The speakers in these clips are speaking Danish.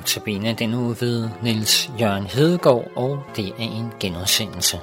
Notabene den uge ved Niels Jørgen Hedegaard, og det er en genudsendelse.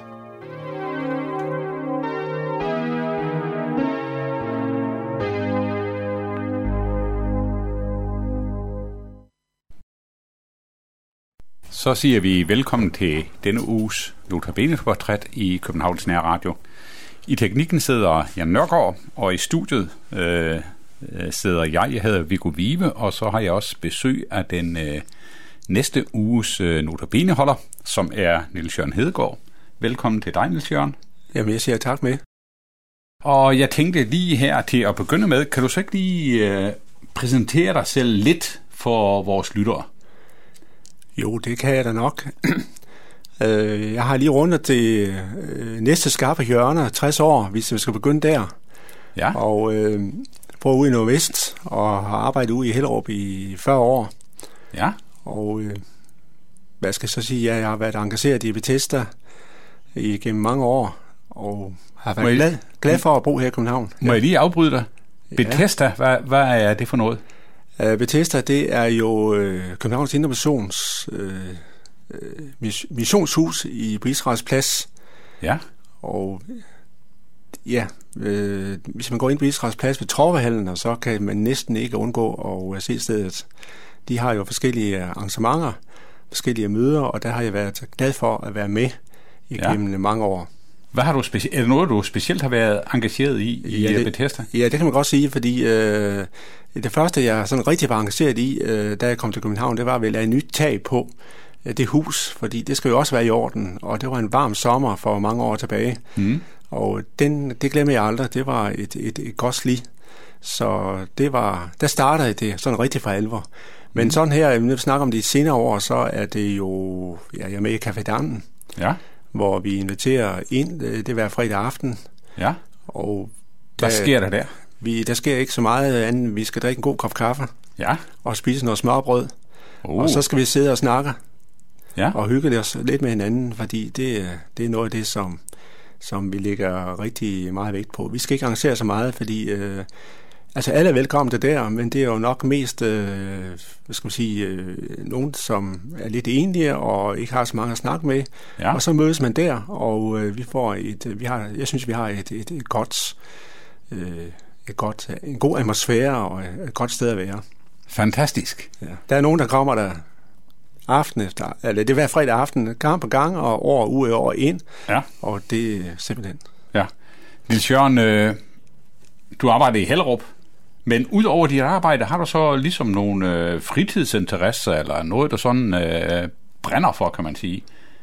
Så siger vi velkommen til denne uges Notabene-portræt i Københavns Nærradio. I teknikken sidder Jan Nørgaard, og i studiet sidder jeg hedder Viggo Vive, og så har jeg også besøg af den næste uges Notabene-holder, som er Niels Jørgen Hedegaard. Velkommen til dig, Niels Jørgen. Jamen, jeg siger tak med. Og jeg tænkte lige her til at begynde med, kan du så ikke lige præsentere dig selv lidt for vores lyttere? Jo, det kan jeg da nok. Jeg har lige rundet det næste skarpe hjørne, 60 år, hvis vi skal begynde der. Ja. Og bor ude i Nordvest, og har arbejdet ude i Hellerup i 40 år. Ja. Og hvad skal jeg så sige? Jeg har været engageret i Bethesda igennem mange år, og har været glad for at bo her i København. Må jeg lige afbryde dig? Bethesda, hvad er det for noget? Bethesda, det er jo Københavns Indre Missions missionshus på Israels Plads. Ja. Og ja, hvis man går ind på Israels Plads ved Torvehallen, så kan man næsten ikke undgå at se stedet. De har jo forskellige arrangementer, forskellige møder, og der har jeg været glad for at være med igennem mange år. Hvad har du er det noget, du specielt har været engageret i Bethesda? Ja, det kan man godt sige, fordi det første, jeg sådan rigtig var engageret i, da jeg kom til København, det var at lave et nyt tag på det hus, fordi det skal jo også være i orden, og det var en varm sommer for mange år tilbage, og det glemmer jeg aldrig, det var et godt sli, så der startede det sådan rigtig for alvor. Men sådan her, når vi snakker om de senere år, så er det jo, jeg er med i Café Dammen, hvor vi inviterer ind, det er hver fredag aften. Ja. Og hvad sker der der? Der sker ikke så meget andet. Vi skal drikke en god kop kaffe. Ja. Og spise noget smørbrød. Og så skal vi sidde og snakke. Ja. Og hygge os lidt med hinanden, fordi det er noget af det, som vi lægger rigtig meget vægt på. Vi skal ikke arrangere så meget, fordi alle er velkomne til der, men det er jo nok mest nogen, som er lidt enlige og ikke har så mange at snakke med. Ja. Og så mødes man der, og vi får jeg synes, vi har en god atmosfære og et godt sted at være. Fantastisk. Ja. Der er nogen, der kommer der aften efter, eller det er hver fredag aften, gang på gang og år ud og år ind. Ja. Og det er simpelthen. Ja. Niels Jørgen, du arbejder i Hellerup. Men ud over dit arbejde, har du så ligesom nogle fritidsinteresser, eller noget, der sådan brænder for, kan man sige?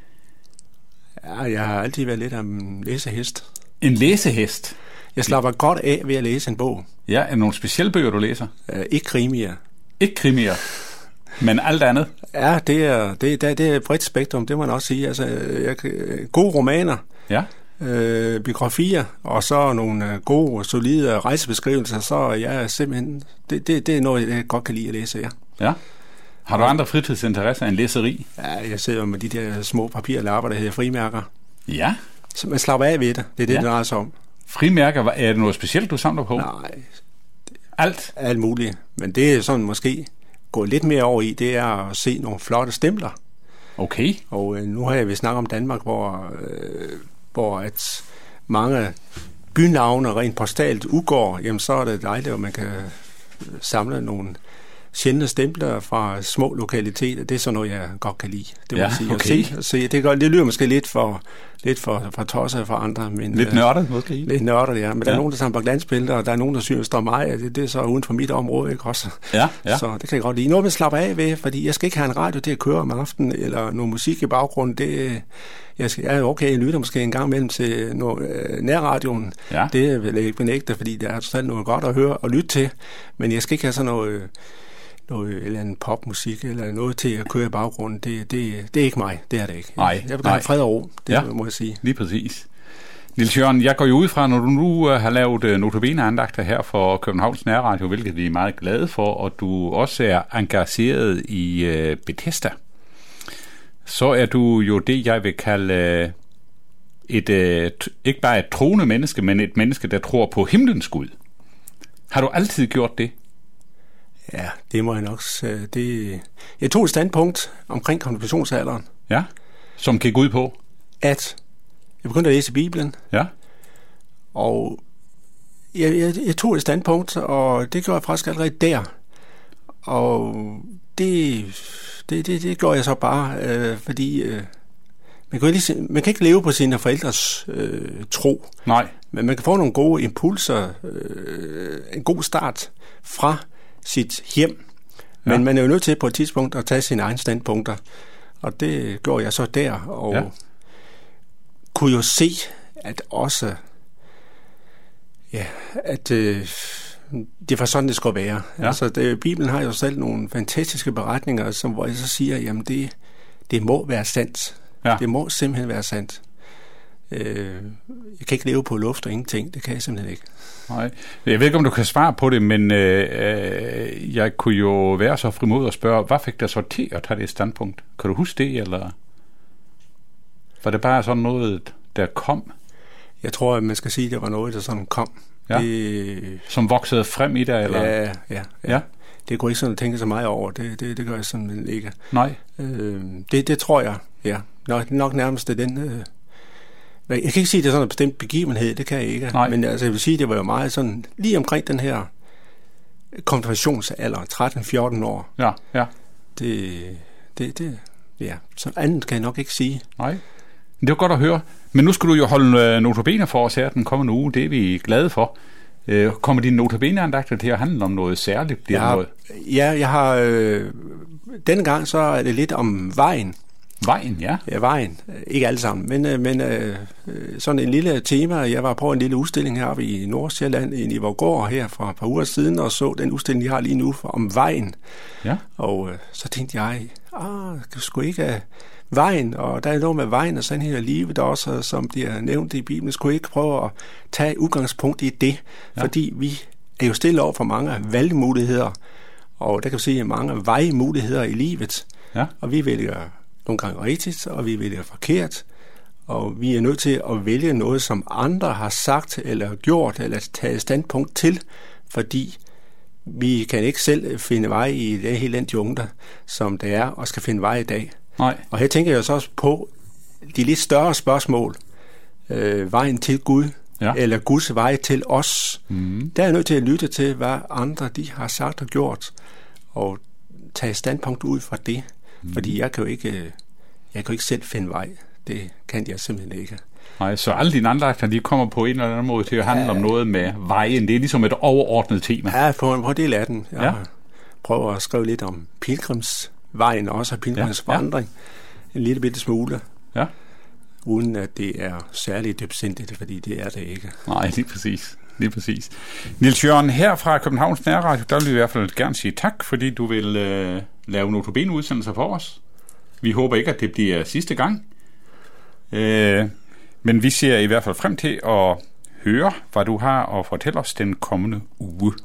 Ja, jeg har altid været lidt af en læsehest. En læsehest? Jeg slapper godt af ved at læse en bog. Ja, er der nogle specielle bøger, du læser? Ikke krimier. Ikke krimier, men alt andet? Ja, det er et bredt spektrum, det må man også sige. Altså, gode romaner. Ja. Biografier, og så nogle gode, solide rejsebeskrivelser, så jeg simpelthen, det er noget, jeg godt kan lide at læse, ja. Ja. Har du andre fritidsinteresser end læseri? Ja, jeg sidder med de der små papirlapper, der hedder frimærker. Ja. Så man slapper af ved det, det drejer sig om. Frimærker, er det noget specielt, du samler på? Nej. Alt muligt, men det er sådan måske gået lidt mere over i, det er at se nogle flotte stempler. Okay. Og nu har jeg snakket om Danmark, hvor at mange bynavne rent postalt udgår, jamen så er det dejligt, at man kan samle nogle sjældne stempler fra små lokaliteter. Det er sådan noget, jeg godt kan lide. Det må jeg sige. Okay. Se. Det lyder måske lidt for tosset for andre. Men, lidt nørdet måske? Lidt nørdet, ja. Men der er nogen, der samler glansbilleder, og der er nogen, der synes, der er mig. Det er så uden for mit område, ikke også? Ja. Så det kan jeg godt lide. Noget, man slapper af ved, fordi jeg skal ikke have en radio til at køre om aftenen, eller noget musik i baggrunden. Jeg lytter måske en gang imellem til nærradioen. Ja. Det vil jeg ikke benægte, fordi der er totalt noget godt at høre og lytte til. Men jeg skal ikke have sådan noget eller en popmusik eller noget til at køre i baggrunden. Det er ikke mig. Det er det ikke. Nej. Jeg vil have fred og ro. Det må jeg sige. Lige præcis. Niels Jørgen, jeg går jo ud fra, når du nu har lavet Notabene-andagter her for Københavns Nærradio, hvilket vi er meget glade for, og du også er engageret i Bethesda, så er du jo det, jeg vil kalde ikke bare et troende menneske, men et menneske, der tror på himlens Gud. Har du altid gjort det? Ja, det må jeg nok sige. Jeg tog et standpunkt omkring konfirmationsalderen. Ja, som gik ud på? At jeg begyndte at læse Bibelen. Ja. Og jeg tog et standpunkt, og det gjorde jeg faktisk allerede der. Og det gjorde jeg så bare, fordi man kan ikke leve på sine forældres tro. Nej. Men man kan få nogle gode impulser, en god start fra sit hjem. Men man er jo nødt til på et tidspunkt at tage sine egne standpunkter. Og det gjorde jeg så der, og kunne jo se, at også, at det var sådan, det skulle være. Ja. Altså, Bibelen har jo selv nogle fantastiske beretninger, hvor jeg så siger, jamen det må være sandt. Ja. Det må simpelthen være sandt. Jeg kan ikke leve på luft og ingenting. Det kan jeg simpelthen ikke. Nej. Jeg ved ikke, om du kan svare på det, men jeg kunne jo være så frimodig at spørge, hvad fik dig så til at tage det standpunkt? Kan du huske det, eller var det bare sådan noget, der kom? Jeg tror, at man skal sige, at det var noget, der sådan kom. Ja. Som voksede frem i dig, eller? Ja. Det kunne ikke sådan tænke så meget over. Det gør jeg sådan ikke. Nej. Det tror jeg, ja. Nok nærmest den. Jeg kan ikke sige, at det er sådan en bestemt begivenhed, det kan jeg ikke. Nej. Men altså, jeg vil sige, at det var jo meget sådan, lige omkring den her konfirmationsalder, 13-14 år. Ja. Så andet kan jeg nok ikke sige. Nej, det var godt at høre. Men nu skal du jo holde notabene for os her den kommende uge, det er vi glade for. Kommer dine notabene-andagter til at handle om noget særligt? Jeg har denne gang så er det lidt om vejen. Vejen, ja. Ja, vejen. Ikke alle sammen, men sådan en lille tema. Jeg var på en lille udstilling heroppe i Nordsjælland, i Nivorgård her for et par uger siden, og så den udstilling, jeg har lige nu om vejen. Ja. Og så tænkte jeg, skulle ikke vejen, og der er noget med vejen og sandhed og livet også, som bliver nævnt i Bibelen, skulle ikke prøve at tage udgangspunkt i det, fordi vi er jo stille over for mange valgmuligheder, og der kan vi sige mange vejmuligheder i livet, og vi vælger nogle gange rigtigt, og vi vælger forkert, og vi er nødt til at vælge noget, som andre har sagt eller gjort, eller taget standpunkt til, fordi vi kan ikke selv finde vej i det hele den jungle, som det er, og skal finde vej i dag. Nej. Og her tænker jeg så også på de lidt større spørgsmål. Vejen til Gud, eller Guds vej til os. Der er jeg nødt til at lytte til, hvad andre de har sagt og gjort, og tage standpunkt ud fra det. Fordi jeg kan jo ikke selv finde vej. Det kan jeg simpelthen ikke. Nej, så alle dine andagter, de kommer på en eller anden måde til at handle om noget med vejen. Det er ligesom et overordnet tema. Ja, på en del af den. Jeg prøver at skrive lidt om pilgrimsvejen også, og pilgrimsvandring. En lille bitte smule. Ja. Uden at det er særligt dybsindigt, fordi det er det ikke. Nej, lige præcis. Niels Jørgen, her fra Københavns Nærradio, der vil vi i hvert fald gerne sige tak, fordi du vil lave notabene-udsendelser for os. Vi håber ikke, at det bliver sidste gang. Men vi ser i hvert fald frem til at høre, hvad du har at fortælle os den kommende uge.